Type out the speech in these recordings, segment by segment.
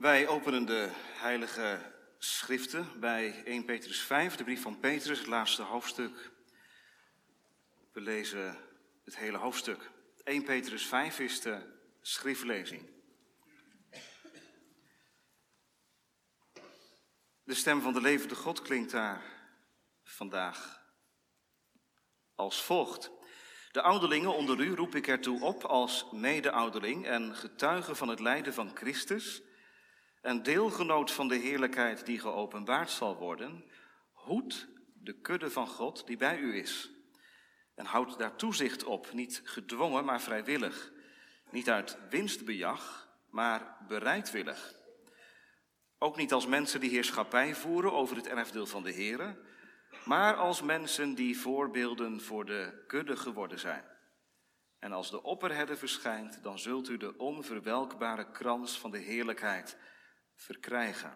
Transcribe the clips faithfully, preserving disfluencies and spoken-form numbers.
Wij openen de heilige schriften bij eerste Petrus vijf, de brief van Petrus, het laatste hoofdstuk. We lezen het hele hoofdstuk. eerste Petrus vijf is de schriftlezing. De stem van de levende God klinkt daar vandaag als volgt. De ouderlingen onder u roep ik ertoe op als mede-ouderling en getuige van het lijden van Christus en deelgenoot van de heerlijkheid die geopenbaard zal worden. Hoed de kudde van God die bij u is en houd daar toezicht op, niet gedwongen, maar vrijwillig. Niet uit winstbejag, maar bereidwillig. Ook niet als mensen die heerschappij voeren over het erfdeel van de Here, maar als mensen die voorbeelden voor de kudde geworden zijn. En als de opperherder verschijnt, dan zult u de onverwelkbare krans van de heerlijkheid verkrijgen.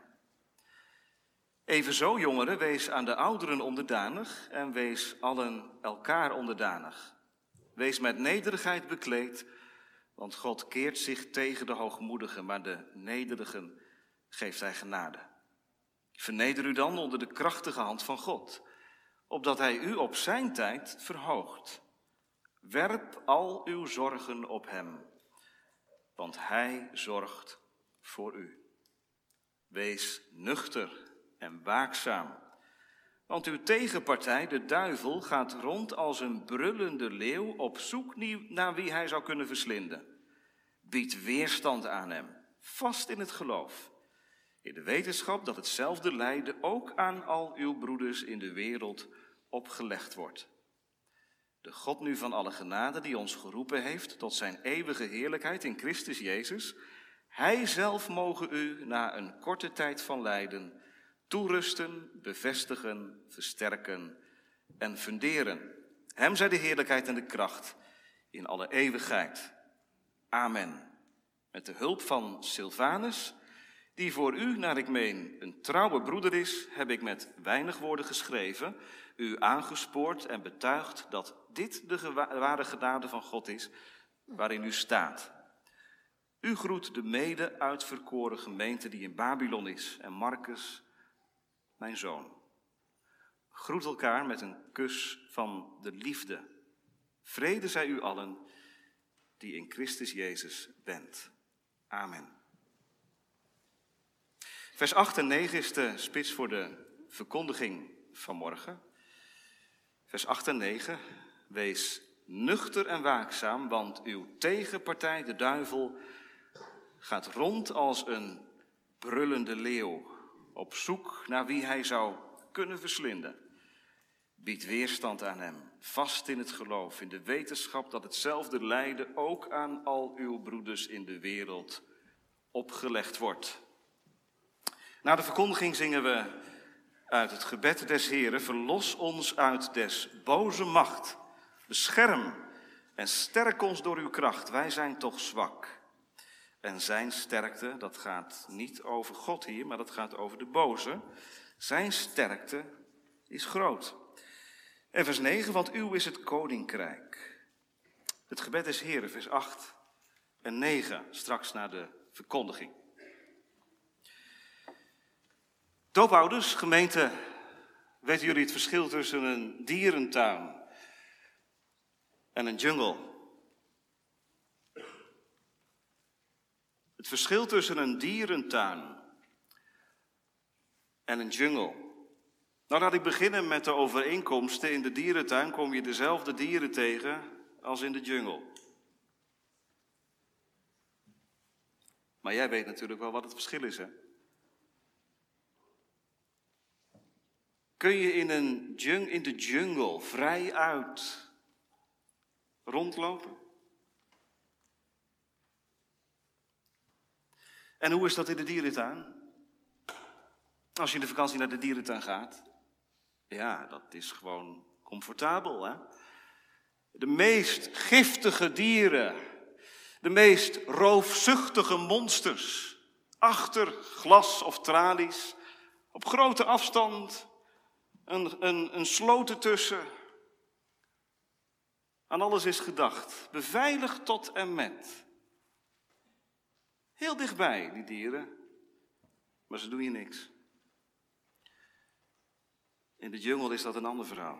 Evenzo, jongeren, wees aan de ouderen onderdanig en wees allen elkaar onderdanig. Wees met nederigheid bekleed, want God keert zich tegen de hoogmoedigen, maar de nederigen geeft hij genade. Verneder u dan onder de krachtige hand van God, opdat hij u op zijn tijd verhoogt. Werp al uw zorgen op hem, want hij zorgt voor u. Wees nuchter en waakzaam, want uw tegenpartij, de duivel, gaat rond als een brullende leeuw op zoek naar wie hij zou kunnen verslinden. Bied weerstand aan hem, vast in het geloof, in de wetenschap dat hetzelfde lijden ook aan al uw broeders in de wereld opgelegd wordt. De God nu van alle genade die ons geroepen heeft tot zijn eeuwige heerlijkheid in Christus Jezus, hij zelf mogen u na een korte tijd van lijden toerusten, bevestigen, versterken en funderen. Hem zij de heerlijkheid en de kracht in alle eeuwigheid. Amen. Met de hulp van Silvanus, die voor u, naar ik meen, een trouwe broeder is, heb ik met weinig woorden geschreven, u aangespoord en betuigd dat dit de ware genade van God is, waarin u staat. U groet de mede uitverkoren gemeente die in Babylon is en Marcus, mijn zoon. Groet elkaar met een kus van de liefde. Vrede zij u allen die in Christus Jezus bent. Amen. Vers acht en negen is de spits voor de verkondiging van morgen. Vers acht en negen. Wees nuchter en waakzaam, want uw tegenpartij, de duivel, gaat rond als een brullende leeuw, op zoek naar wie hij zou kunnen verslinden. Bied weerstand aan hem, vast in het geloof, in de wetenschap dat hetzelfde lijden ook aan al uw broeders in de wereld opgelegd wordt. Na de verkondiging zingen we uit het gebed des Heren: verlos ons uit des boze macht, bescherm en sterk ons door uw kracht, wij zijn toch zwak. En zijn sterkte, dat gaat niet over God hier, maar dat gaat over de boze. Zijn sterkte is groot. En vers negen, want uw is het koninkrijk. Het gebed des Heren, vers acht en negen, straks na de verkondiging. Doopouders, gemeente, weten jullie het verschil tussen een dierentuin en een jungle? Het verschil tussen een dierentuin en een jungle. Nou, laat ik beginnen met de overeenkomsten. In de dierentuin kom je dezelfde dieren tegen als in de jungle. Maar jij weet natuurlijk wel wat het verschil is, hè? Kun je in, een jung, in de jungle vrij uit rondlopen? En hoe is dat in de dierentuin? Als je in de vakantie naar de dierentuin gaat, ja, dat is gewoon comfortabel, hè? De meest giftige dieren, de meest roofzuchtige monsters, achter glas of tralies, op grote afstand, een, een, een sloot ertussen. Aan alles is gedacht, beveiligd tot en met. Heel dichtbij, die dieren. Maar ze doen je niks. In de jungle is dat een ander verhaal.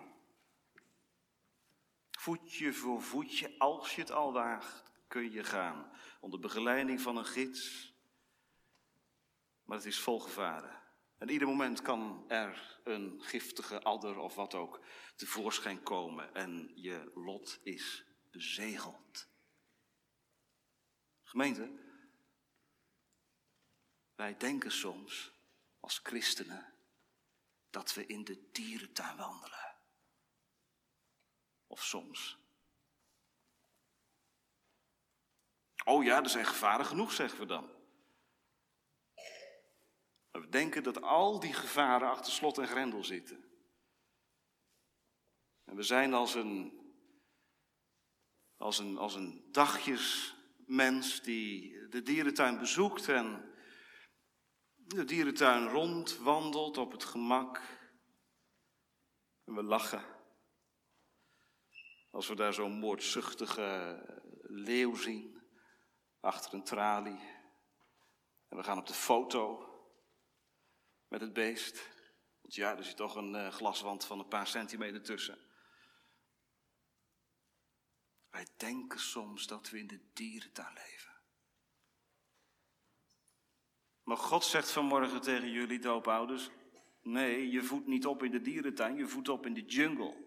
Voetje voor voetje, als je het al waagt, kun je gaan. Onder begeleiding van een gids. Maar het is vol gevaren. En ieder moment kan er een giftige adder of wat ook tevoorschijn komen. En je lot is bezegeld. Gemeente, wij denken soms als christenen dat we in de dierentuin wandelen. Of soms. Oh ja, er zijn gevaren genoeg, zeggen we dan. Maar we denken dat al die gevaren achter slot en grendel zitten. En we zijn als een, als een, als een dagjesmens die de dierentuin bezoekt en de dierentuin rondwandelt op het gemak. En we lachen. Als we daar zo'n moordzuchtige leeuw zien, achter een tralie. En we gaan op de foto met het beest. Want ja, er zit toch een uh, glaswand van een paar centimeter tussen. Wij denken soms dat we in de dierentuin leven. Maar God zegt vanmorgen tegen jullie doopouders, nee, je voedt niet op in de dierentuin, je voedt op in de jungle.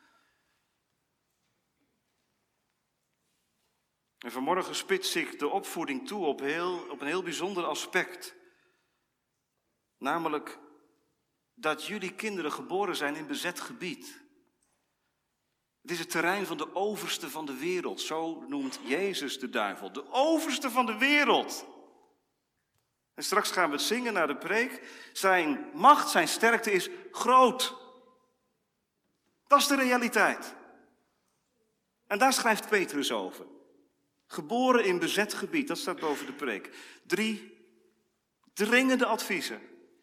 En vanmorgen spits ik de opvoeding toe op, heel, op een heel bijzonder aspect. Namelijk dat jullie kinderen geboren zijn in bezet gebied. Het is het terrein van de overste van de wereld. Zo noemt Jezus de duivel. De overste van de wereld. En straks gaan we het zingen naar de preek. Zijn macht, zijn sterkte is groot. Dat is de realiteit. En daar schrijft Petrus over. Geboren in bezet gebied, dat staat boven de preek. Drie dringende adviezen.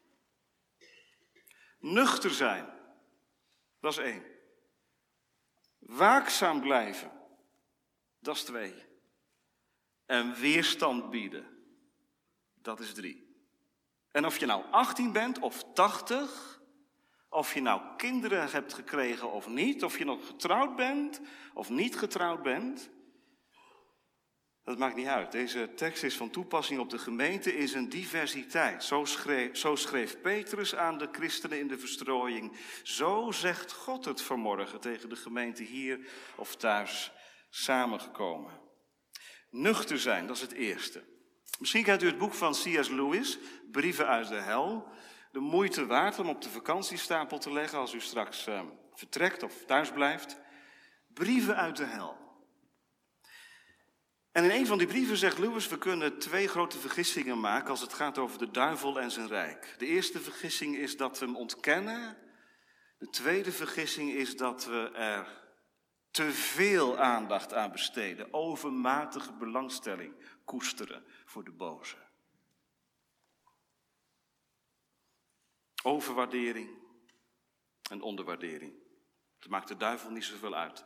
Nuchter zijn, dat is één. Waakzaam blijven, dat is twee. En weerstand bieden, dat is drie. En of je nou achttien bent of tachtig, of je nou kinderen hebt gekregen of niet, of je nog getrouwd bent of niet getrouwd bent, dat maakt niet uit. Deze tekst is van toepassing op de gemeente in zijn diversiteit. Zo schreef, zo schreef Petrus aan de christenen in de verstrooiing. Zo zegt God het vanmorgen tegen de gemeente hier of thuis samengekomen. Nuchter zijn, dat is het eerste. Misschien kent u het boek van C S Lewis, Brieven uit de hel. De moeite waard om op de vakantiestapel te leggen als u straks uh, vertrekt of thuis blijft. Brieven uit de hel. En in een van die brieven zegt Lewis, we kunnen twee grote vergissingen maken als het gaat over de duivel en zijn rijk. De eerste vergissing is dat we hem ontkennen. De tweede vergissing is dat we er te veel aandacht aan besteden. Overmatige belangstelling koesteren voor de boze. Overwaardering en onderwaardering. Het maakt de duivel niet zoveel uit.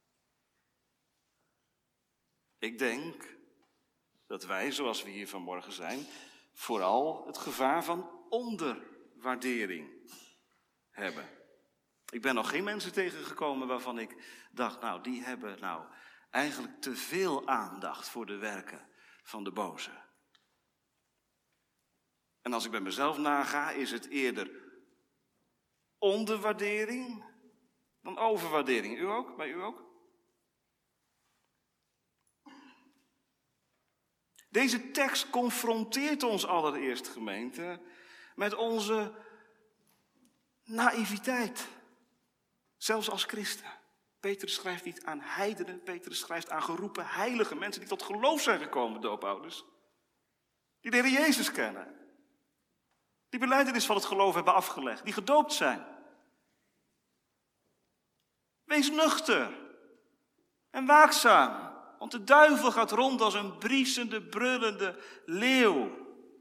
Ik denk dat wij, zoals we hier vanmorgen zijn, vooral het gevaar van onderwaardering hebben. Ik ben nog geen mensen tegengekomen waarvan ik dacht, nou, die hebben nou eigenlijk te veel aandacht voor de werken van de boze. En als ik bij mezelf naga, is het eerder onderwaardering dan overwaardering. U ook? Bij u ook? Deze tekst confronteert ons allereerst, gemeente, met onze naïviteit. Zelfs als christen. Petrus schrijft niet aan heidenen, Petrus schrijft aan geroepen heilige mensen die tot geloof zijn gekomen, doopouders. Die de Heer Jezus kennen. Die belijdenis van het geloof hebben afgelegd, die gedoopt zijn. Wees nuchter en waakzaam. Want de duivel gaat rond als een briesende, brullende leeuw.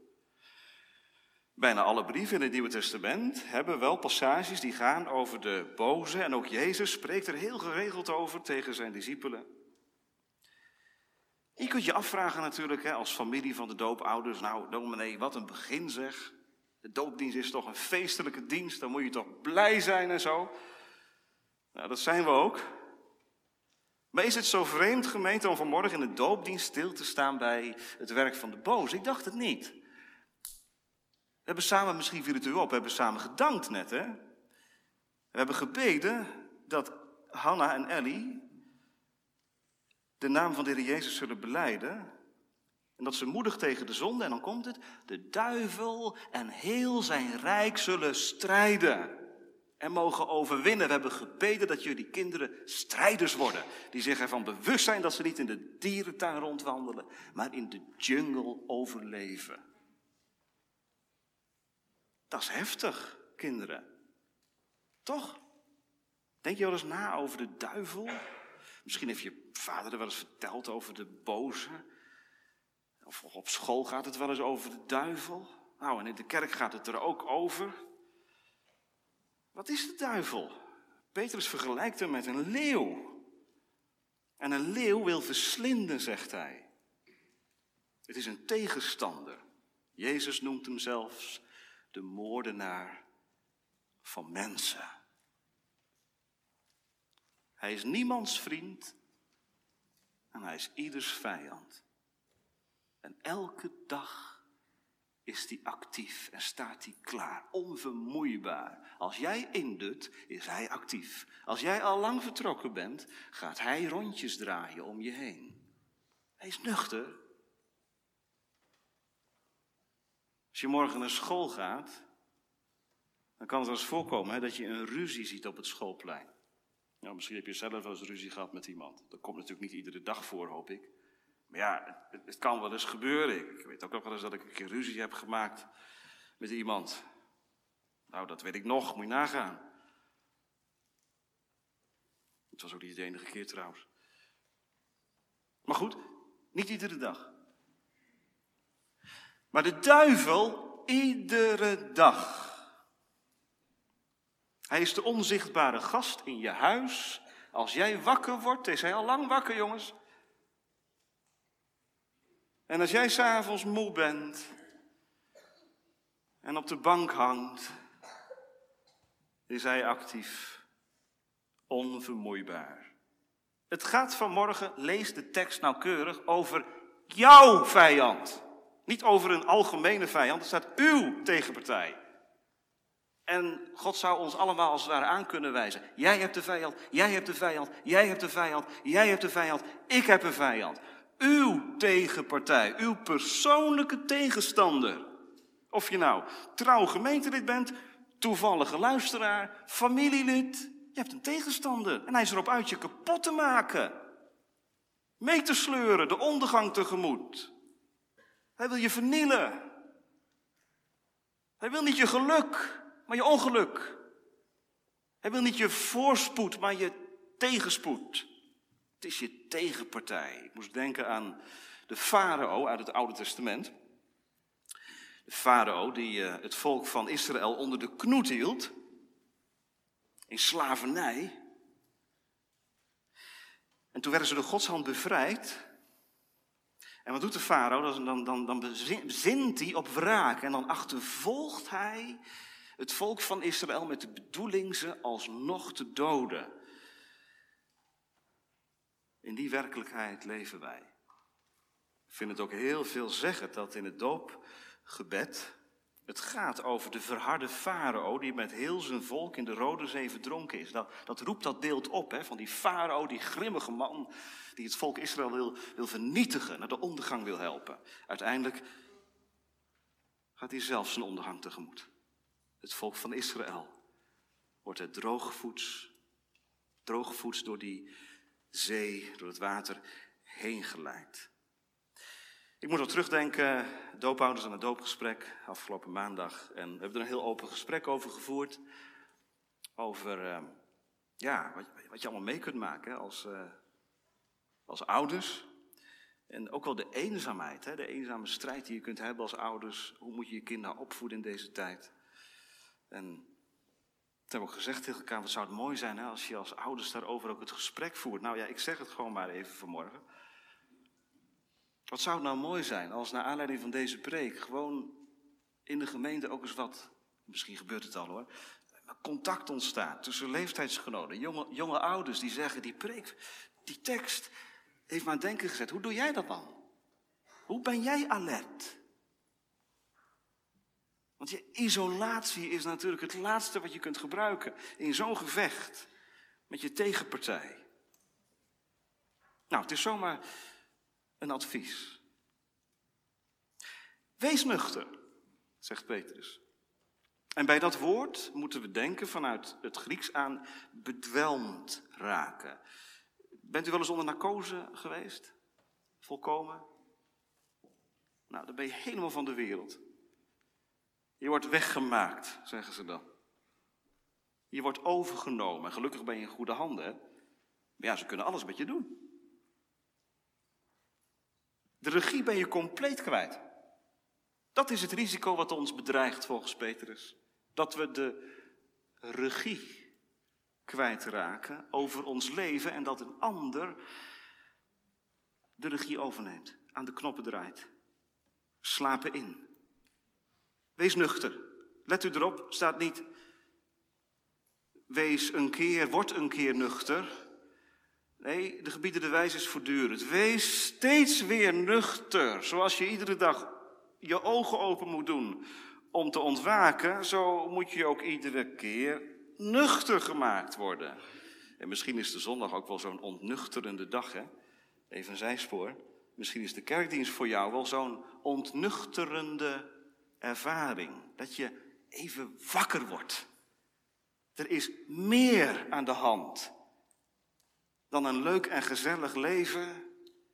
Bijna alle brieven in het Nieuwe Testament hebben wel passages die gaan over de boze. En ook Jezus spreekt er heel geregeld over tegen zijn discipelen. Je kunt je afvragen natuurlijk, hè, als familie van de doopouders. Nou, dominee, wat een begin zeg. De doopdienst is toch een feestelijke dienst, dan moet je toch blij zijn en zo. Nou, dat zijn we ook. Maar is het zo vreemd, gemeente, om vanmorgen in de doopdienst stil te staan bij het werk van de boze? Ik dacht het niet. We hebben samen, misschien viel het u op, we hebben samen gedankt net, hè? We hebben gebeden dat Hanna en Ellie de naam van de Heer Jezus zullen belijden. En dat ze moedig tegen de zonde, en dan komt het, de duivel en heel zijn rijk zullen strijden. En mogen overwinnen. We hebben gebeden dat jullie kinderen strijders worden. Die zich ervan bewust zijn dat ze niet in de dierentuin rondwandelen, maar in de jungle overleven. Dat is heftig, kinderen. Toch? Denk je wel eens na over de duivel? Misschien heeft je vader er wel eens verteld over de boze. Of op school gaat het wel eens over de duivel. Nou, en in de kerk gaat het er ook over. Wat is de duivel? Petrus vergelijkt hem met een leeuw. En een leeuw wil verslinden, zegt hij. Het is een tegenstander. Jezus noemt hem zelfs de moordenaar van mensen. Hij is niemands vriend en hij is ieders vijand. En elke dag is hij actief en staat hij klaar, onvermoeibaar. Als jij indut, is hij actief. Als jij al lang vertrokken bent, gaat hij rondjes draaien om je heen. Hij is nuchter. Als je morgen naar school gaat, dan kan het wel eens voorkomen hè, dat je een ruzie ziet op het schoolplein. Nou, misschien heb je zelf wel eens ruzie gehad met iemand. Dat komt natuurlijk niet iedere dag voor, hoop ik. Maar ja, het, het kan wel eens gebeuren. Ik weet ook nog wel eens dat ik een keer ruzie heb gemaakt met iemand. Nou, dat weet ik nog, moet je nagaan. Het was ook niet de enige keer trouwens. Maar goed, niet iedere dag. Maar de duivel iedere dag. Hij is de onzichtbare gast in je huis. Als jij wakker wordt, is hij al lang wakker, jongens. En als jij 's avonds moe bent en op de bank hangt, is hij actief, onvermoeibaar. Het gaat vanmorgen, lees de tekst nauwkeurig, over jouw vijand. Niet over een algemene vijand, het staat uw tegenpartij. En God zou ons allemaal als het ware aan kunnen wijzen. Jij hebt de vijand, jij hebt de vijand, jij hebt de vijand, jij hebt de vijand, ik heb een vijand. Uw tegenpartij, uw persoonlijke tegenstander. Of je nou trouw gemeentelid bent, toevallige luisteraar, familielid. Je hebt een tegenstander en hij is erop uit je kapot te maken. Mee te sleuren, de ondergang tegemoet. Hij wil je vernielen. Hij wil niet je geluk, maar je ongeluk. Hij wil niet je voorspoed, maar je tegenspoed. Het is je tegenpartij. Ik moest denken aan de farao uit het Oude Testament. De farao die uh, het volk van Israël onder de knoet hield. In slavernij. En toen werden ze door Gods hand bevrijd. En wat doet de farao? Dan, dan, dan bezint hij op wraak. En dan achtervolgt hij het volk van Israël met de bedoeling ze alsnog te doden. In die werkelijkheid leven wij. Ik vind het ook heel veelzeggend dat in het doopgebed het gaat over de verharde farao die met heel zijn volk in de Rode Zee verdronken is. Dat, dat roept dat beeld op hè, van die farao, die grimmige man die het volk Israël wil, wil vernietigen, naar de ondergang wil helpen. Uiteindelijk gaat hij zelf zijn ondergang tegemoet. Het volk van Israël wordt er droogvoets, droogvoets door die zee, door het water heen geleid. Ik moet nog terugdenken, doopouders aan het doopgesprek afgelopen maandag. En we hebben er een heel open gesprek over gevoerd. Over uh, ja, wat, wat je allemaal mee kunt maken hè, als, uh, als ouders. En ook wel de eenzaamheid, hè, de eenzame strijd die je kunt hebben als ouders. Hoe moet je je kinderen opvoeden in deze tijd? En toen hebben we ook gezegd tegen elkaar, wat zou het mooi zijn hè, als je als ouders daarover ook het gesprek voert. Nou ja, ik zeg het gewoon maar even vanmorgen. Wat zou het nou mooi zijn als naar aanleiding van deze preek gewoon in de gemeente ook eens wat, misschien gebeurt het al hoor, contact ontstaat tussen leeftijdsgenoten, jonge, jonge ouders die zeggen, die preek, die tekst heeft me aan het denken gezet. Hoe doe jij dat dan? Hoe ben jij alert? Want je isolatie is natuurlijk het laatste wat je kunt gebruiken in zo'n gevecht met je tegenpartij. Nou, het is zomaar een advies. Wees nuchter, zegt Petrus. En bij dat woord moeten we denken vanuit het Grieks aan bedwelmd raken. Bent u wel eens onder narcose geweest? Volkomen? Nou, dan ben je helemaal van de wereld. Je wordt weggemaakt, zeggen ze dan. Je wordt overgenomen. Gelukkig ben je in goede handen, hè? Maar ja, ze kunnen alles met je doen. De regie ben je compleet kwijt. Dat is het risico wat ons bedreigt volgens Petrus. Dat we de regie kwijtraken over ons leven en dat een ander de regie overneemt, aan de knoppen draait. Slapen in. Wees nuchter. Let u erop, staat niet, wees een keer, word een keer nuchter. Nee, de gebiedende wijs is voortdurend. Wees steeds weer nuchter, zoals je iedere dag je ogen open moet doen om te ontwaken, zo moet je ook iedere keer nuchter gemaakt worden. En misschien is de zondag ook wel zo'n ontnuchterende dag, hè? Even een zijspoor. Misschien is de kerkdienst voor jou wel zo'n ontnuchterende ervaring. Dat je even wakker wordt. Er is meer aan de hand dan een leuk en gezellig leven.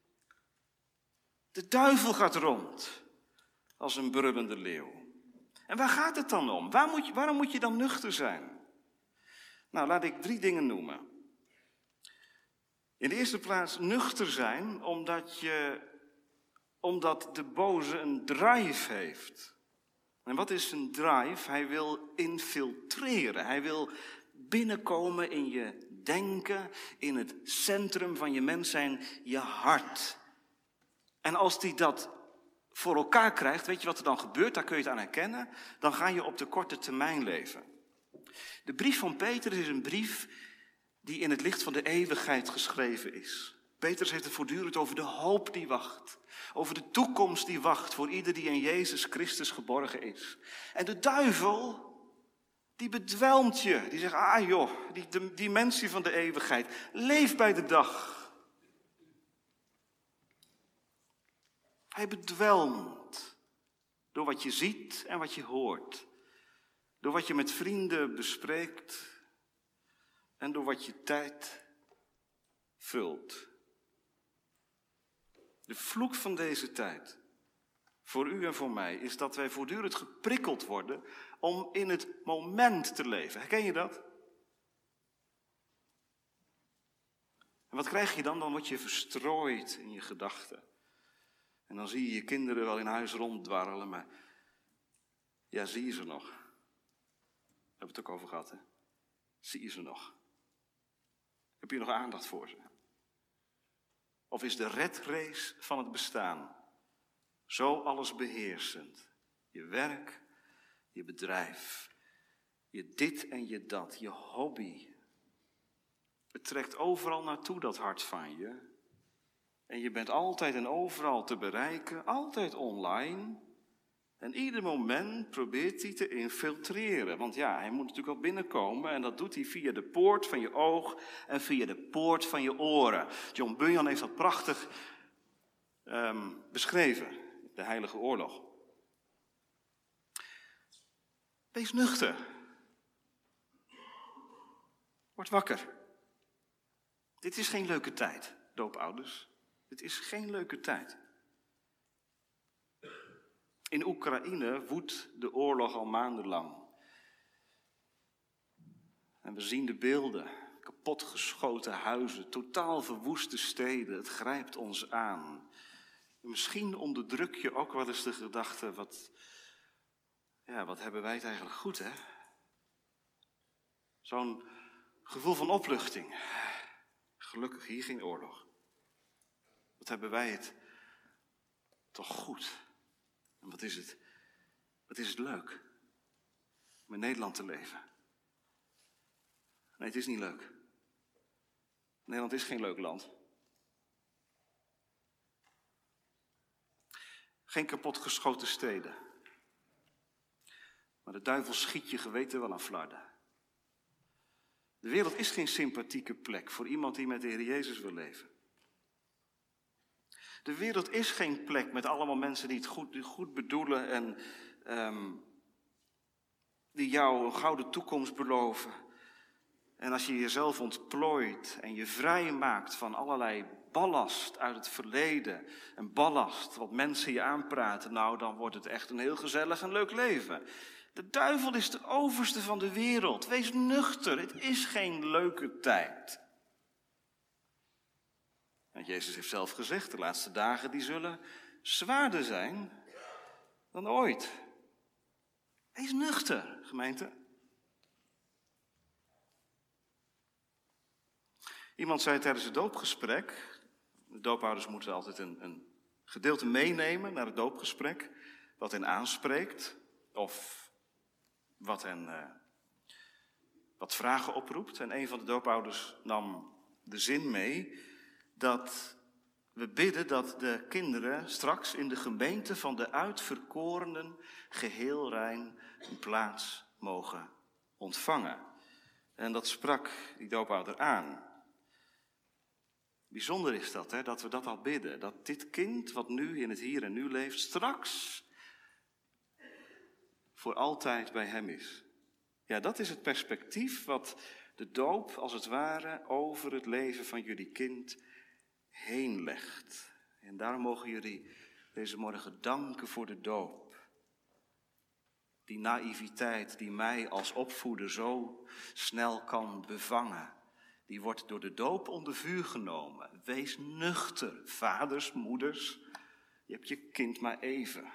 De duivel gaat rond als een brullende leeuw. En waar gaat het dan om? Waar moet je, waarom moet je dan nuchter zijn? Nou, laat ik drie dingen noemen. In de eerste plaats nuchter zijn omdat, je, omdat de boze een drive heeft. En wat is een drive? Hij wil infiltreren. Hij wil binnenkomen in je denken, in het centrum van je mens zijn, je hart. En als die dat voor elkaar krijgt, weet je wat er dan gebeurt? Daar kun je het aan herkennen. Dan ga je op de korte termijn leven. De brief van Petrus is een brief die in het licht van de eeuwigheid geschreven is. Petrus heeft het voortdurend over de hoop die wacht. Over de toekomst die wacht voor ieder die in Jezus Christus geborgen is. En de duivel, die bedwelmt je. Die zegt, ah joh, die de dimensie van de eeuwigheid. Leef bij de dag. Hij bedwelmt door wat je ziet en wat je hoort. Door wat je met vrienden bespreekt en door wat je tijd vult. De vloek van deze tijd, voor u en voor mij, is dat wij voortdurend geprikkeld worden om in het moment te leven. Herken je dat? En wat krijg je dan? Dan word je verstrooid in je gedachten. En dan zie je je kinderen wel in huis ronddwarrelen, maar ja, zie je ze nog? Daar hebben we het ook over gehad, hè? Zie je ze nog? Heb je nog aandacht voor ze? Of is de redrace van het bestaan zo allesbeheersend? Je werk, je bedrijf, je dit en je dat, je hobby. Het trekt overal naartoe, dat hart van je. En je bent altijd en overal te bereiken, altijd online. En ieder moment probeert hij te infiltreren. Want ja, hij moet natuurlijk wel binnenkomen. En dat doet hij via de poort van je oog en via de poort van je oren. John Bunyan heeft dat prachtig um, beschreven. De Heilige Oorlog. Wees nuchter. Word wakker. Dit is geen leuke tijd, doopouders. Dit is geen leuke tijd. In Oekraïne woedt de oorlog al maandenlang. En we zien de beelden. Kapotgeschoten huizen, totaal verwoeste steden. Het grijpt ons aan. Misschien onderdruk je ook wel eens de gedachte, wat, ja, wat hebben wij het eigenlijk goed, hè? Zo'n gevoel van opluchting. Gelukkig, hier geen oorlog. Wat hebben wij het toch goed. En wat is het Wat is het leuk om in Nederland te leven? Nee, het is niet leuk. Nederland is geen leuk land. Geen kapotgeschoten steden. Maar de duivel schiet je geweten wel aan flarden. De wereld is geen sympathieke plek voor iemand die met de Heer Jezus wil leven. De wereld is geen plek met allemaal mensen die het goed, die goed bedoelen en um, die jou een gouden toekomst beloven. En als je jezelf ontplooit en je vrij maakt van allerlei ballast uit het verleden en ballast wat mensen je aanpraten, nou dan wordt het echt een heel gezellig en leuk leven. De duivel is de overste van de wereld. Wees nuchter, het is geen leuke tijd. En Jezus heeft zelf gezegd, de laatste dagen die zullen zwaarder zijn dan ooit. Wees nuchter, gemeente. Iemand zei tijdens het doopgesprek, de doopouders moeten altijd een, een gedeelte meenemen naar het doopgesprek, wat hen aanspreekt of wat hen uh, wat vragen oproept. En een van de doopouders nam de zin mee dat we bidden dat de kinderen straks in de gemeente van de uitverkorenen geheel rein een plaats mogen ontvangen. En dat sprak die doopouder aan. Bijzonder is dat, hè, dat we dat al bidden. Dat dit kind, wat nu in het hier en nu leeft, straks voor altijd bij hem is. Ja, dat is het perspectief wat de doop, als het ware, over het leven van jullie kind heen legt. En daarom mogen jullie deze morgen danken voor de doop. Die naïviteit die mij als opvoeder zo snel kan bevangen. Die wordt door de doop onder vuur genomen. Wees nuchter, vaders, moeders. Je hebt je kind maar even.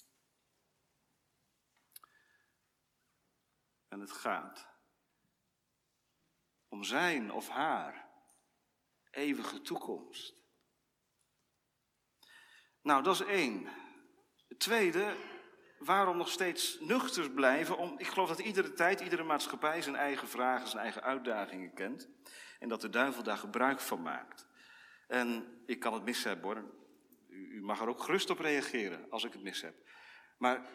En het gaat om zijn of haar eeuwige toekomst. Nou, dat is één. Het tweede, waarom nog steeds nuchter blijven? Om, ik geloof dat iedere tijd, iedere maatschappij zijn eigen vragen, zijn eigen uitdagingen kent. En dat de duivel daar gebruik van maakt. En ik kan het mis hebben hoor. U, u mag er ook gerust op reageren als ik het mis heb. Maar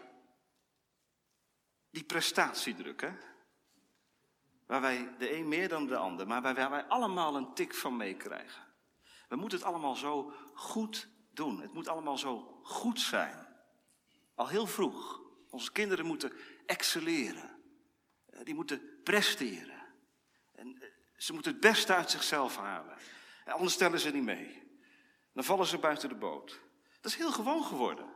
die prestatiedruk, hè? Waar wij de een meer dan de ander, maar waar wij allemaal een tik van meekrijgen. We moeten het allemaal zo goed doen. Het moet allemaal zo goed zijn. Al heel vroeg. Onze kinderen moeten excelleren. Die moeten presteren. En ze moeten het beste uit zichzelf halen. En anders stellen ze niet mee. Dan vallen ze buiten de boot. Dat is heel gewoon geworden.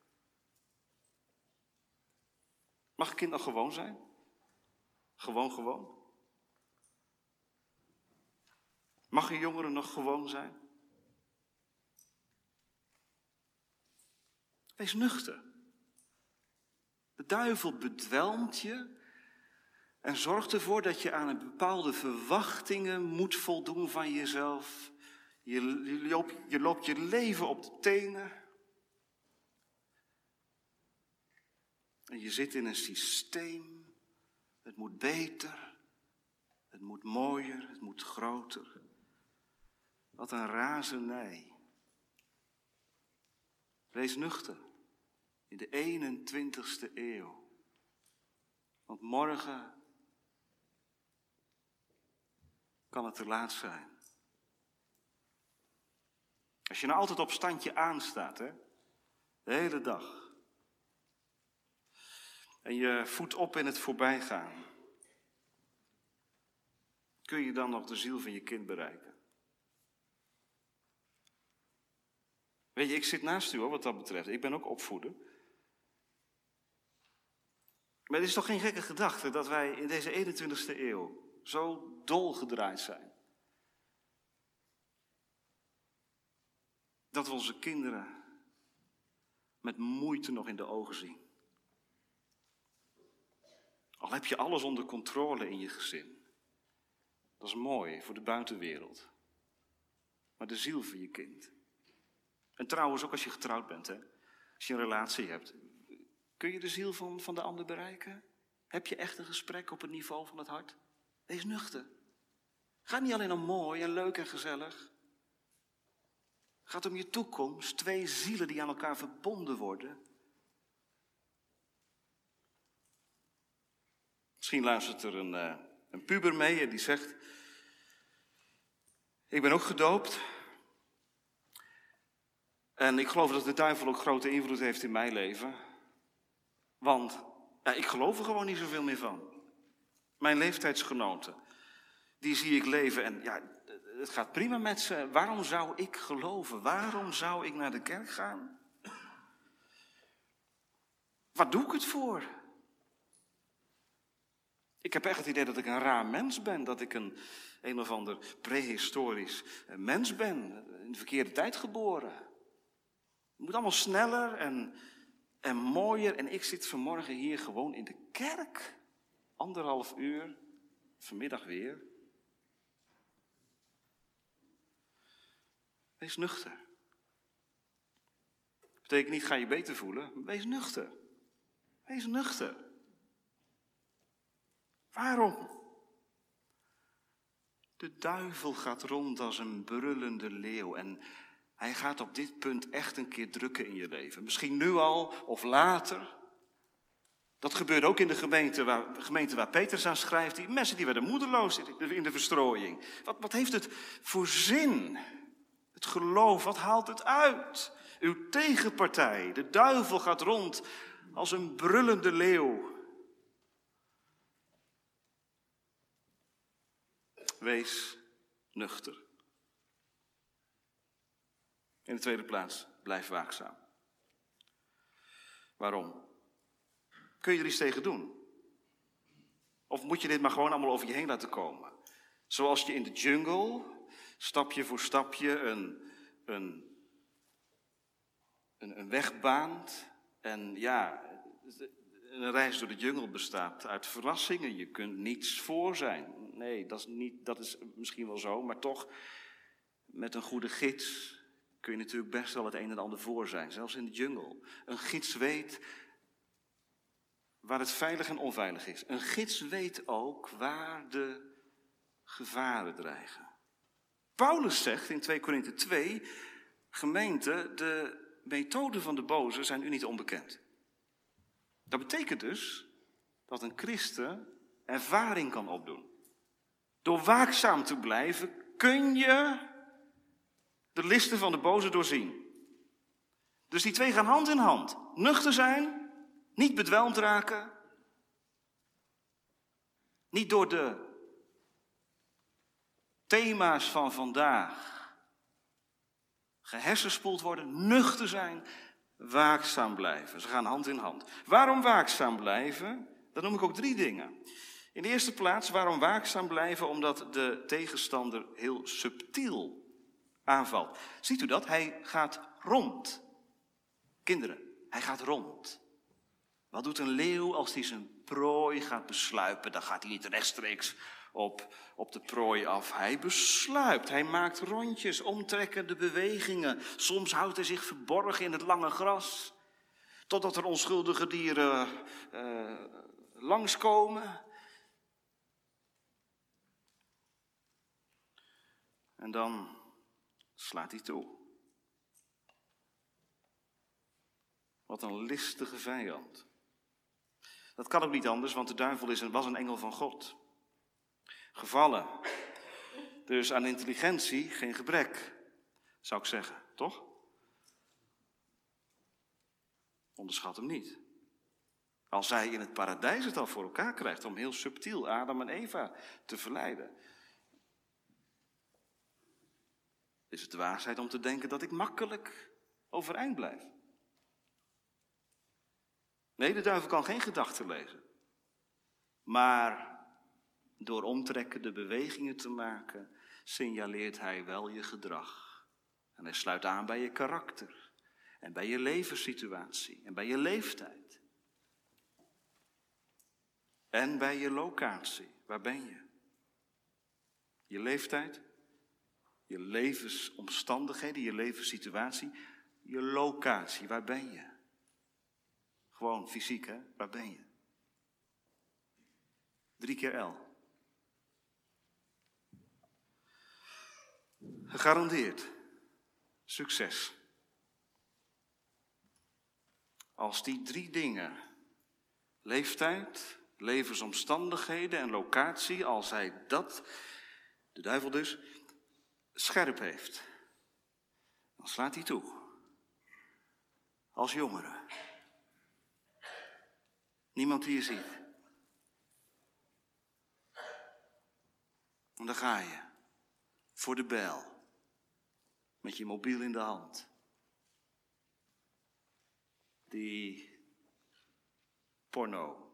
Mag een kind nog gewoon zijn? Gewoon gewoon? Mag een jongere nog gewoon zijn? Wees nuchter. De duivel bedwelmt je en zorgt ervoor dat je aan een bepaalde verwachtingen moet voldoen van jezelf. Je, je, loopt, je loopt je leven op de tenen. En je zit in een systeem. Het moet beter. Het moet mooier. Het moet groter. Wat een razernij. Wees nuchter. In de eenentwintigste eeuw. Want morgen kan het te laat zijn. Als je nou altijd op standje aanstaat, hè, de hele dag. En je voet op in het voorbijgaan. Kun je dan nog de ziel van je kind bereiken? Weet je, ik zit naast u hoor, wat dat betreft. Ik ben ook opvoeder. Maar het is toch geen gekke gedachte dat wij in deze eenentwintigste eeuw zo dolgedraaid zijn. Dat we onze kinderen met moeite nog in de ogen zien. Al heb je alles onder controle in je gezin. Dat is mooi voor de buitenwereld. Maar de ziel van je kind. En trouwens ook als je getrouwd bent, hè? Als je een relatie hebt. Kun je de ziel van, van de ander bereiken? Heb je echt een gesprek op het niveau van het hart? Wees nuchter. Het gaat niet alleen om mooi en leuk en gezellig. Het gaat om je toekomst. Twee zielen die aan elkaar verbonden worden. Misschien luistert er een, uh, een puber mee en die zegt: ik ben ook gedoopt. En ik geloof dat de duivel ook grote invloed heeft in mijn leven. Want ja, ik geloof er gewoon niet zoveel meer van. Mijn leeftijdsgenoten, die zie ik leven en ja, het gaat prima met ze. Waarom zou ik geloven? Waarom zou ik naar de kerk gaan? Wat doe ik het voor? Ik heb echt het idee dat ik een raar mens ben. Dat ik een, een of ander prehistorisch mens ben. In de verkeerde tijd geboren. Het moet allemaal sneller en, en mooier. En ik zit vanmorgen hier gewoon in de kerk. Anderhalf uur. Vanmiddag weer. Wees nuchter. Dat betekent niet ga je beter voelen. Wees nuchter. Wees nuchter. Waarom? De duivel gaat rond als een brullende leeuw en hij gaat op dit punt echt een keer drukken in je leven. Misschien nu al of later. Dat gebeurde ook in de gemeente waar, de gemeente waar Petrus aan schrijft. Die mensen die werden moedeloos in de verstrooiing. Wat, wat heeft het voor zin? Het geloof, wat haalt het uit? Uw tegenpartij, de duivel gaat rond als een brullende leeuw. Wees nuchter. In de tweede plaats, blijf waakzaam. Waarom? Kun je er iets tegen doen? Of moet je dit maar gewoon allemaal over je heen laten komen? Zoals je in de jungle, stapje voor stapje, een, een, een, een weg baant. En ja, een reis door de jungle bestaat uit verrassingen. Je kunt niets voor zijn. Nee, dat is, niet, dat is misschien wel zo, maar toch, met een goede gids kun je natuurlijk best wel het een en ander voor zijn. Zelfs in de jungle. Een gids weet waar het veilig en onveilig is. Een gids weet ook waar de gevaren dreigen. Paulus zegt in twee Korinthe twee, gemeente, de methoden van de boze zijn u niet onbekend. Dat betekent dus dat een christen ervaring kan opdoen. Door waakzaam te blijven kun je de listen van de boze doorzien. Dus die twee gaan hand in hand. Nuchter zijn, niet bedwelmd raken. Niet door de thema's van vandaag gehersenspoeld worden. Nuchter zijn, waakzaam blijven. Ze gaan hand in hand. Waarom waakzaam blijven? Dan noem ik ook drie dingen. In de eerste plaats, waarom waakzaam blijven? Omdat de tegenstander heel subtiel aanvalt. Ziet u dat? Hij gaat rond. Kinderen, hij gaat rond. Wat doet een leeuw als hij zijn prooi gaat besluipen? Dan gaat hij niet rechtstreeks op, op de prooi af. Hij besluipt, hij maakt rondjes, omtrekkende bewegingen. Soms houdt hij zich verborgen in het lange gras. Totdat er onschuldige dieren uh, langskomen. En dan slaat hij toe. Wat een listige vijand. Dat kan ook niet anders, want de duivel is een, was een engel van God. Gevallen. Dus aan intelligentie geen gebrek, zou ik zeggen, toch? Onderschat hem niet. Als hij in het paradijs het al voor elkaar krijgt om heel subtiel Adam en Eva te verleiden, is het dwaasheid om te denken dat ik makkelijk overeind blijf. Nee, de duivel kan geen gedachten lezen. Maar door omtrekkende bewegingen te maken, signaleert hij wel je gedrag. En hij sluit aan bij je karakter. En bij je levenssituatie. En bij je leeftijd. En bij je locatie. Waar ben je? Je leeftijd, je levensomstandigheden, je levenssituatie, je locatie. Waar ben je? Gewoon fysiek, hè? Waar ben je? Drie keer L. Gegarandeerd. Succes. Als die drie dingen, leeftijd, levensomstandigheden en locatie, als hij dat, de duivel dus, scherp heeft, dan slaat hij toe. Als jongere. Niemand die je ziet. En dan ga je. Voor de bijl. Met je mobiel in de hand. Die porno.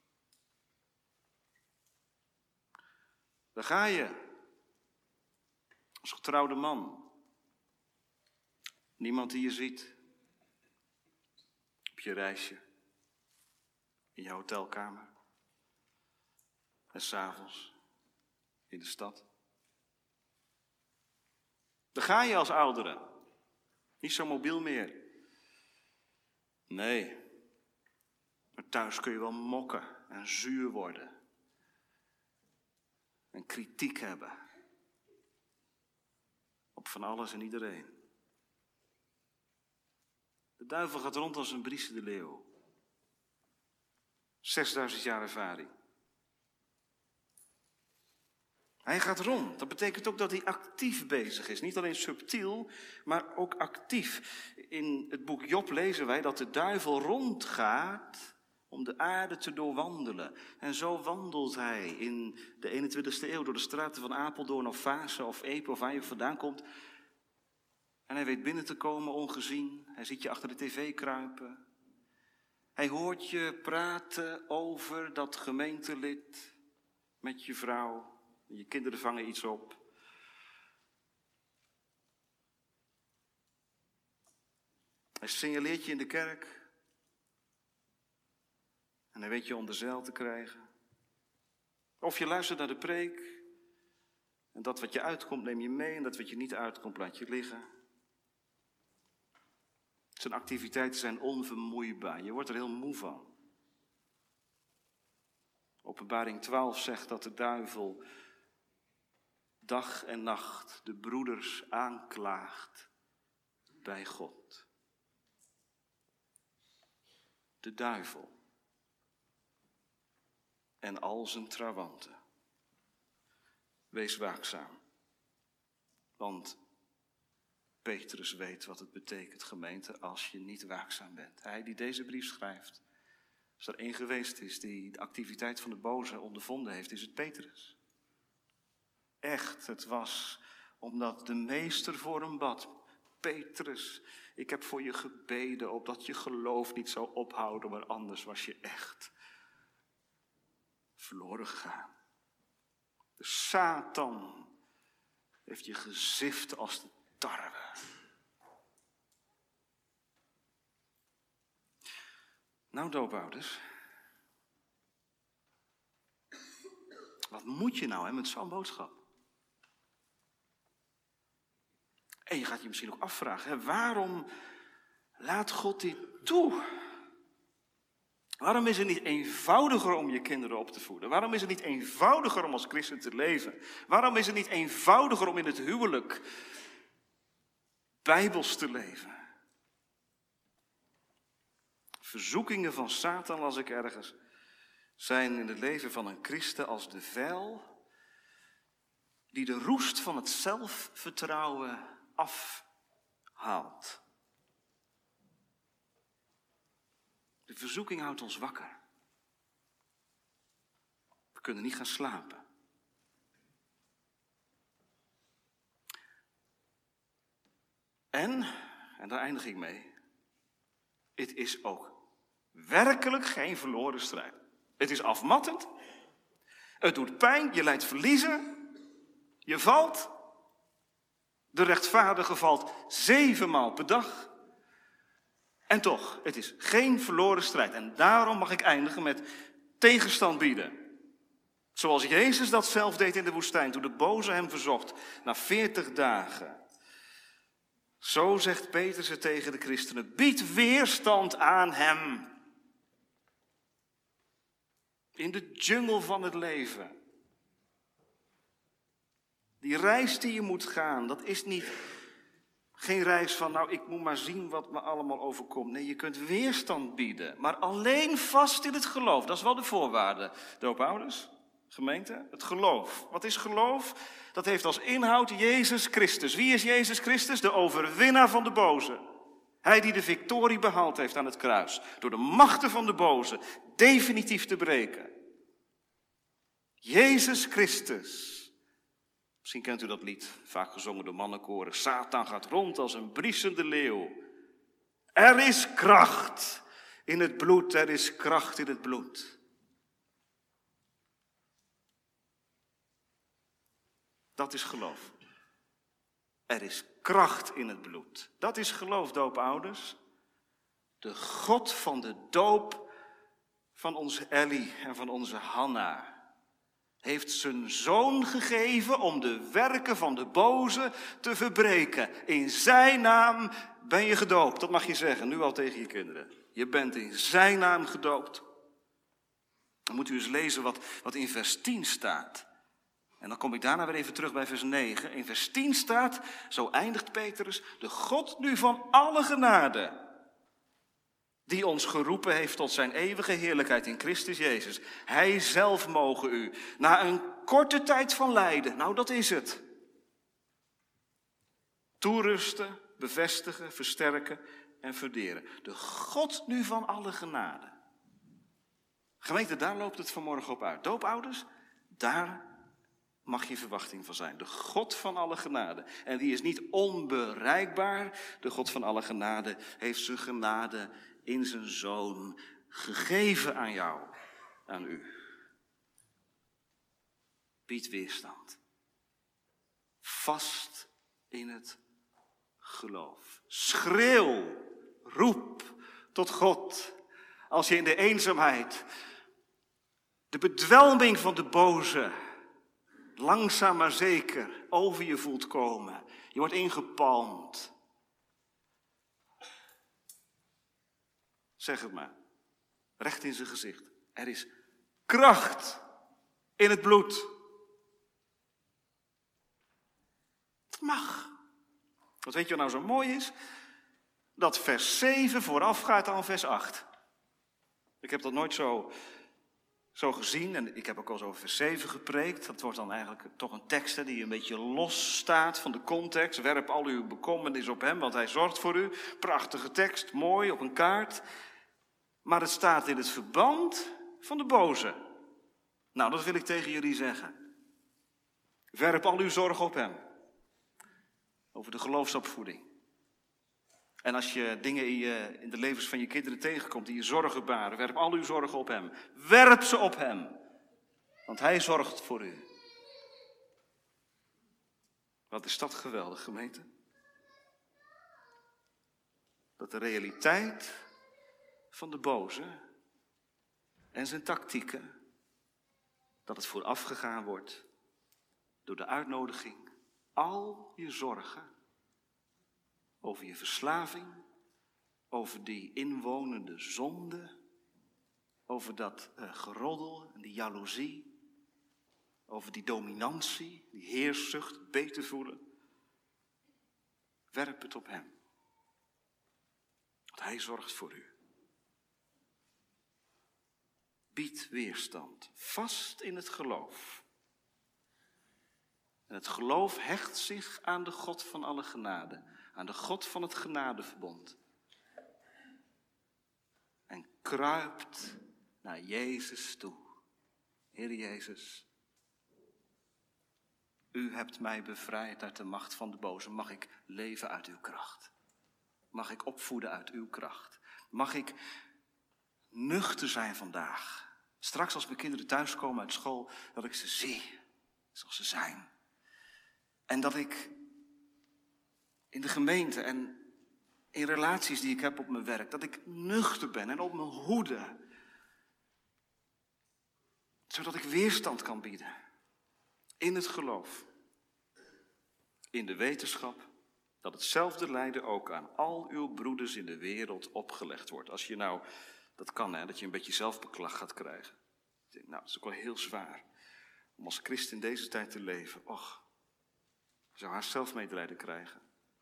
Dan ga je. Als getrouwde man. Niemand die je ziet. Op je reisje. In je hotelkamer. En 's avonds in de stad. Dan ga je als oudere. Niet zo mobiel meer. Nee. Maar thuis kun je wel mokken en zuur worden. En kritiek hebben. Op van alles en iedereen. De duivel gaat rond als een Brice de leeuw. zesduizend jaar ervaring. Hij gaat rond. Dat betekent ook dat hij actief bezig is. Niet alleen subtiel, maar ook actief. In het boek Job lezen wij dat de duivel rondgaat om de aarde te doorwandelen. En zo wandelt hij in de eenentwintigste eeuw door de straten van Apeldoorn of Vaassen of Epe of waar je vandaan komt. En hij weet binnen te komen ongezien. Hij ziet je achter de tv kruipen. Hij hoort je praten over dat gemeentelid met je vrouw. Je kinderen vangen iets op. Hij signaleert je in de kerk. En hij weet je onder zeil te krijgen. Of je luistert naar de preek. En dat wat je uitkomt neem je mee. En dat wat je niet uitkomt laat je liggen. Zijn activiteiten zijn onvermoeibaar. Je wordt er heel moe van. Openbaring twaalf zegt dat de duivel dag en nacht de broeders aanklaagt bij God. De duivel en al zijn trawanten. Wees waakzaam, want Petrus weet wat het betekent, gemeente, als je niet waakzaam bent. Hij die deze brief schrijft, als er één geweest is die de activiteit van de boze ondervonden heeft, is het Petrus. Echt, het was omdat de meester voor hem bad. Petrus, ik heb voor je gebeden, opdat je geloof niet zou ophouden, maar anders was je echt verloren gegaan. De Satan heeft je gezift als de tarwe. Nou, doopouders. Wat moet je nou hè, met zo'n boodschap? En je gaat je misschien ook afvragen, hè, waarom laat God dit toe? Waarom is het niet eenvoudiger om je kinderen op te voeden? Waarom is het niet eenvoudiger om als christen te leven? Waarom is het niet eenvoudiger om in het huwelijk bijbels te leven? Verzoekingen van Satan, las ik ergens, zijn in het leven van een christen als de vijl die de roest van het zelfvertrouwen afhaalt. De verzoeking houdt ons wakker. We kunnen niet gaan slapen. En, en daar eindig ik mee, het is ook werkelijk geen verloren strijd. Het is afmattend, het doet pijn, je lijdt verliezen, je valt. De rechtvaardige valt zevenmaal per dag. En toch, het is geen verloren strijd. En daarom mag ik eindigen met tegenstand bieden. Zoals Jezus dat zelf deed in de woestijn, toen de boze hem verzocht, na veertig dagen. Zo zegt Petrus het tegen de christenen, bied weerstand aan hem. In de jungle van het leven. Die reis die je moet gaan, dat is niet geen reis van, nou, ik moet maar zien wat me allemaal overkomt. Nee, je kunt weerstand bieden, maar alleen vast in het geloof. Dat is wel de voorwaarde, doopouders, gemeente. Het geloof. Wat is geloof? Dat heeft als inhoud Jezus Christus. Wie is Jezus Christus? De overwinnaar van de boze. Hij die de victorie behaald heeft aan het kruis. Door de machten van de boze definitief te breken. Jezus Christus. Misschien kent u dat lied, vaak gezongen door mannenkoren. Satan gaat rond als een briesende leeuw. Er is kracht in het bloed, er is kracht in het bloed. Dat is geloof. Er is kracht in het bloed. Dat is geloof, doopouders. De God van de doop van onze Ellie en van onze Hanna heeft zijn zoon gegeven om de werken van de boze te verbreken. In zijn naam ben je gedoopt. Dat mag je zeggen, nu al tegen je kinderen. Je bent in zijn naam gedoopt. Dan moet u eens lezen wat, wat in vers tien staat. En dan kom ik daarna weer even terug bij vers negen. In vers tien staat, zo eindigt Petrus, de God nu van alle genade, die ons geroepen heeft tot zijn eeuwige heerlijkheid in Christus Jezus. Hij zelf mogen u, na een korte tijd van lijden, nou dat is het, toerusten, bevestigen, versterken en verderen. De God nu van alle genade. Gemeente, daar loopt het vanmorgen op uit. Doopouders, daar mag je verwachting van zijn. De God van alle genade. En die is niet onbereikbaar. De God van alle genade heeft zijn genade in zijn zoon gegeven aan jou, aan u. Bied weerstand. Vast in het geloof. Schreeuw, roep tot God. Als je in de eenzaamheid, de bedwelming van de boze, langzaam maar zeker over je voelt komen. Je wordt ingepalmd. Zeg het maar. Recht in zijn gezicht. Er is kracht in het bloed. Het mag. Wat weet je wat nou zo mooi is? Dat vers zeven voorafgaat aan vers acht. Ik heb dat nooit zo, zo gezien. En ik heb ook al eens over vers zeven gepreekt. Dat wordt dan eigenlijk toch een tekst hè, die een beetje los staat van de context. Werp al uw bekommernis op hem, want hij zorgt voor u. Prachtige tekst, mooi op een kaart. Maar het staat in het verband van de boze. Nou, dat wil ik tegen jullie zeggen. Werp al uw zorg op hem. Over de geloofsopvoeding. En als je dingen in, je, in de levens van je kinderen tegenkomt die je zorgen baren, werp al uw zorgen op hem. Werp ze op hem. Want hij zorgt voor u. Wat is dat geweldig, gemeente? Dat de realiteit van de boze en zijn tactieken, dat het voorafgegaan wordt door de uitnodiging, al je zorgen over je verslaving, over die inwonende zonde, over dat uh, geroddel en die jaloezie, over die dominantie, die heerszucht, beter voelen. Werp het op hem. Want hij zorgt voor u. Bied weerstand, vast in het geloof. En het geloof hecht zich aan de God van alle genade, aan de God van het genadeverbond. En kruipt naar Jezus toe. Heer Jezus, u hebt mij bevrijd uit de macht van de boze. Mag ik leven uit uw kracht? Mag ik opvoeden uit uw kracht? Mag ik nuchter zijn vandaag? Straks als mijn kinderen thuiskomen uit school, dat ik ze zie zoals ze zijn. En dat ik in de gemeente en in relaties die ik heb op mijn werk, dat ik nuchter ben en op mijn hoede. Zodat ik weerstand kan bieden. In het geloof. In de wetenschap dat hetzelfde lijden ook aan al uw broeders in de wereld opgelegd wordt. Als je nou, dat kan hè, dat je een beetje zelfbeklag gaat krijgen. denk, nou, dat is ook wel heel zwaar om als christen in deze tijd te leven. Och, je zou haast zelf medelijden krijgen.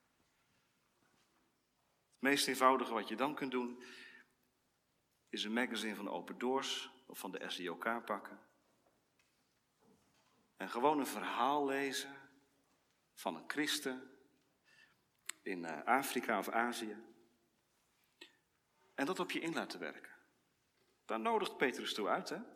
Het meest eenvoudige wat je dan kunt doen, is een magazine van Open Doors of van de S D O K pakken. En gewoon een verhaal lezen van een christen in Afrika of Azië. En dat op je in laten werken. Daar nodigt Petrus toe uit, hè?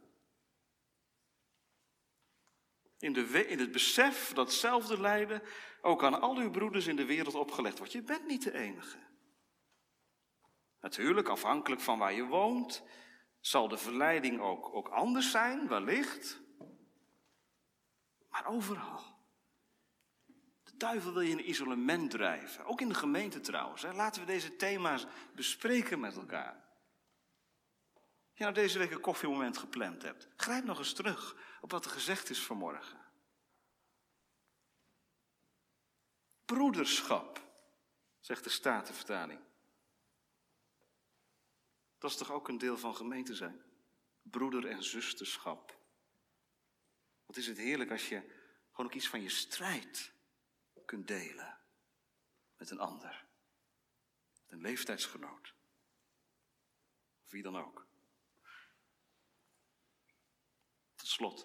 In, de we- in het besef dat hetzelfde lijden ook aan al uw broeders in de wereld opgelegd wordt. Je bent niet de enige. Natuurlijk, afhankelijk van waar je woont, zal de verleiding ook, ook anders zijn, wellicht. Maar overal. De duivel wil je in isolement drijven. Ook in de gemeente trouwens. Hè. Laten we deze thema's bespreken met elkaar. Als je nou deze week een koffiemoment gepland hebt, grijp nog eens terug op wat er gezegd is vanmorgen. Broederschap, zegt de Statenvertaling. Dat is toch ook een deel van gemeente zijn? Broeder- en zusterschap. Wat is het heerlijk als je gewoon ook iets van je strijd kunt delen met een ander. Met een leeftijdsgenoot. Of wie dan ook. Tot slot.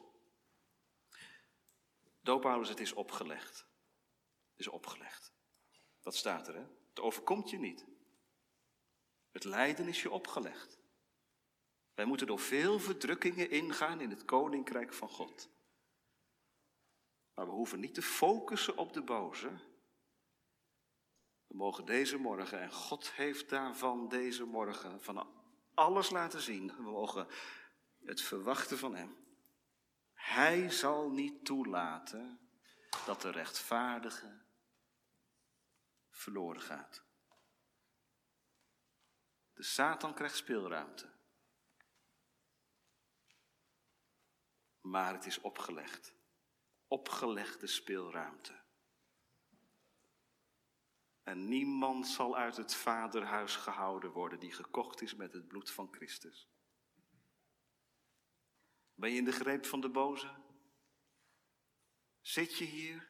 Doopouders, het is opgelegd. Het is opgelegd. Dat staat er, hè? Het overkomt je niet. Het lijden is je opgelegd. Wij moeten door veel verdrukkingen ingaan in het koninkrijk van God. Maar we hoeven niet te focussen op de boze. We mogen deze morgen, en God heeft daarvan deze morgen van alles laten zien. We mogen het verwachten van hem. Hij zal niet toelaten dat de rechtvaardige verloren gaat. De Satan krijgt speelruimte. Maar het is opgelegd. Opgelegde speelruimte. En niemand zal uit het vaderhuis gehouden worden die gekocht is met het bloed van Christus. Ben je in de greep van de boze? Zit je hier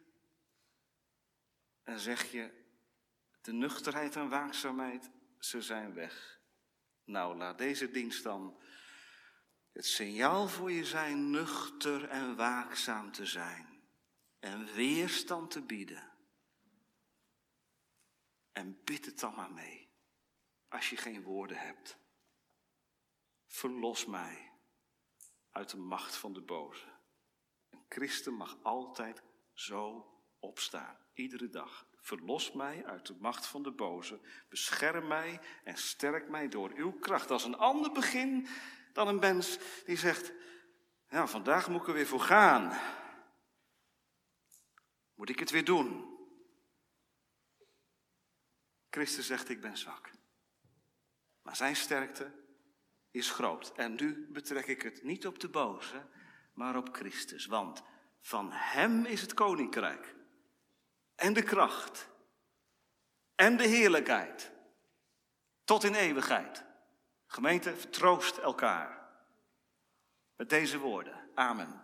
en zeg je, de nuchterheid en waakzaamheid, ze zijn weg. Nou, laat deze dienst dan het signaal voor je zijn nuchter en waakzaam te zijn. En weerstand te bieden. En bid het dan maar mee, als je geen woorden hebt. Verlos mij uit de macht van de boze. Een christen mag altijd zo opstaan, iedere dag. Verlos mij uit de macht van de boze. Bescherm mij en sterk mij door uw kracht. Als een ander begin dan een mens die zegt, nou, vandaag moet ik er weer voor gaan. Moet ik het weer doen? Christus zegt, ik ben zwak. Maar zijn sterkte is groot. En nu betrek ik het niet op de boze, maar op Christus. Want van hem is het koninkrijk. En de kracht. En de heerlijkheid. Tot in eeuwigheid. Gemeente, vertroost elkaar. Met deze woorden. Amen.